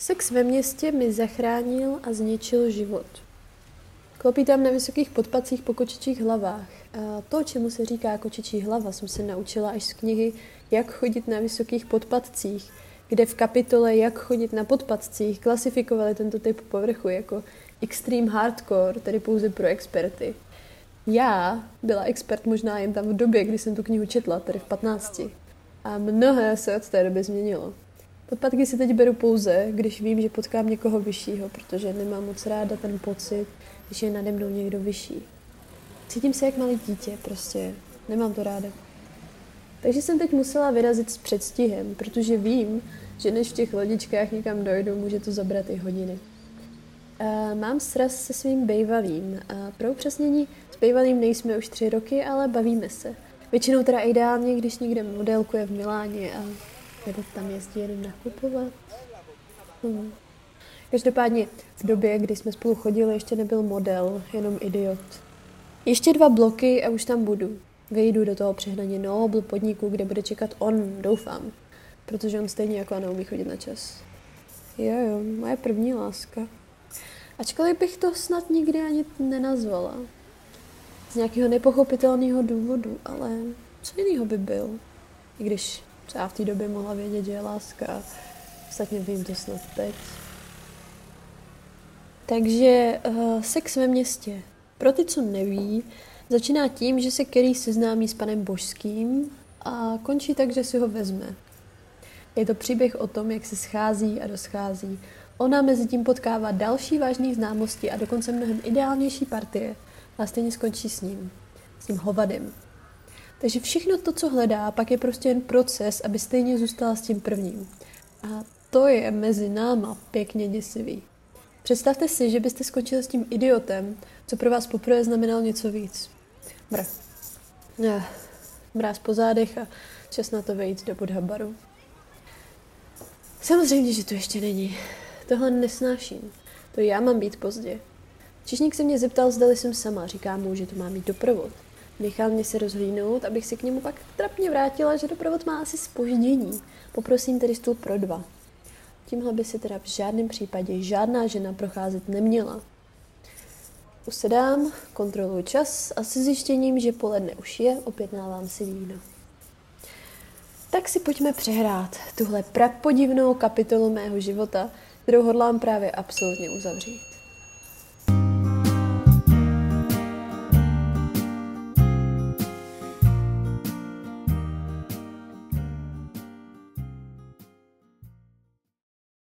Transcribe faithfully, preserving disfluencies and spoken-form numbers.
Sex ve městě mi zachránil a zničil život. Klopítám na vysokých podpacích po kočičích hlavách. A to, čemu se říká kočičí hlava, jsem se naučila až z knihy Jak chodit na vysokých podpatcích, kde v kapitole Jak chodit na podpatcích klasifikovali tento typ povrchu jako extreme hardcore, tedy pouze pro experty. Já byla expert možná jen tam v době, kdy jsem tu knihu četla, tedy v patnácti. A mnohé se od té doby změnilo. Podpatky si teď beru pouze, když vím, že potkám někoho vyššího, protože nemám moc ráda ten pocit, když je nade mnou někdo vyšší. Cítím se jak malé dítě, prostě nemám to ráda. Takže jsem teď musela vyrazit s předstihem, protože vím, že než v těch lodičkách někam dojdu, může to zabrat i hodiny. A mám sraz se svým bejvalým. A pro upřesnění, s bejvalým nejsme už tři roky, ale bavíme se. Většinou teda ideálně, když někde modelkuje v Miláně a nebo tam jezdí jenom nakupovat. Hmm. Každopádně v době, kdy jsme spolu chodili, ještě nebyl model, jenom idiot. Ještě dva bloky a už tam budu. Vyjdu do toho přehnaně nobl podniku, kde bude čekat on, doufám. Protože on stejně jako neumí chodit na čas. Jo, jo, moje první láska. Ačkoliv bych to snad nikdy ani nenazvala. Z nějakého nepochopitelného důvodu, ale co jiného by byl? I když třeba v té době mohla vědět, že je láska. Ostatně vím to snad teď. Takže uh, sex ve městě. Pro ty, co neví, začíná tím, že se Carrie seznámí s panem Božským a končí tak, že si ho vezme. Je to příběh o tom, jak se schází a rozchází. Ona mezi tím potkává další vážné známosti a dokonce mnohem ideálnější partie a stejně skončí s ním. S tím hovadem. Takže všechno to, co hledá, pak je prostě jen proces, aby stejně zůstala s tím prvním. A to je mezi náma pěkně děsivý. Představte si, že byste skončili s tím idiotem, co pro vás poprvé znamenal něco víc. Br. Eh, mráz po zádech a čas na to vejít do Bodhabaru. Samozřejmě, že to ještě není. Tohle nesnáším. To já mám být pozdě. Čišník se mě zeptal, zdali jsem sama. Říkám mu, že to má mít doprovod. Nechal mě se rozhlídnout, abych se k němu pak trapně vrátila, že doprovod má asi zpoždění. Poprosím tedy stůl pro dva. Tímhle by se teda v žádném případě žádná žena procházet neměla. Usedám, kontroluji čas a se zjištěním, že poledne už je, objednávám si víno. Tak si pojďme přehrát tuhle prapodivnou kapitolu mého života, kterou hodlám právě absolutně uzavřít.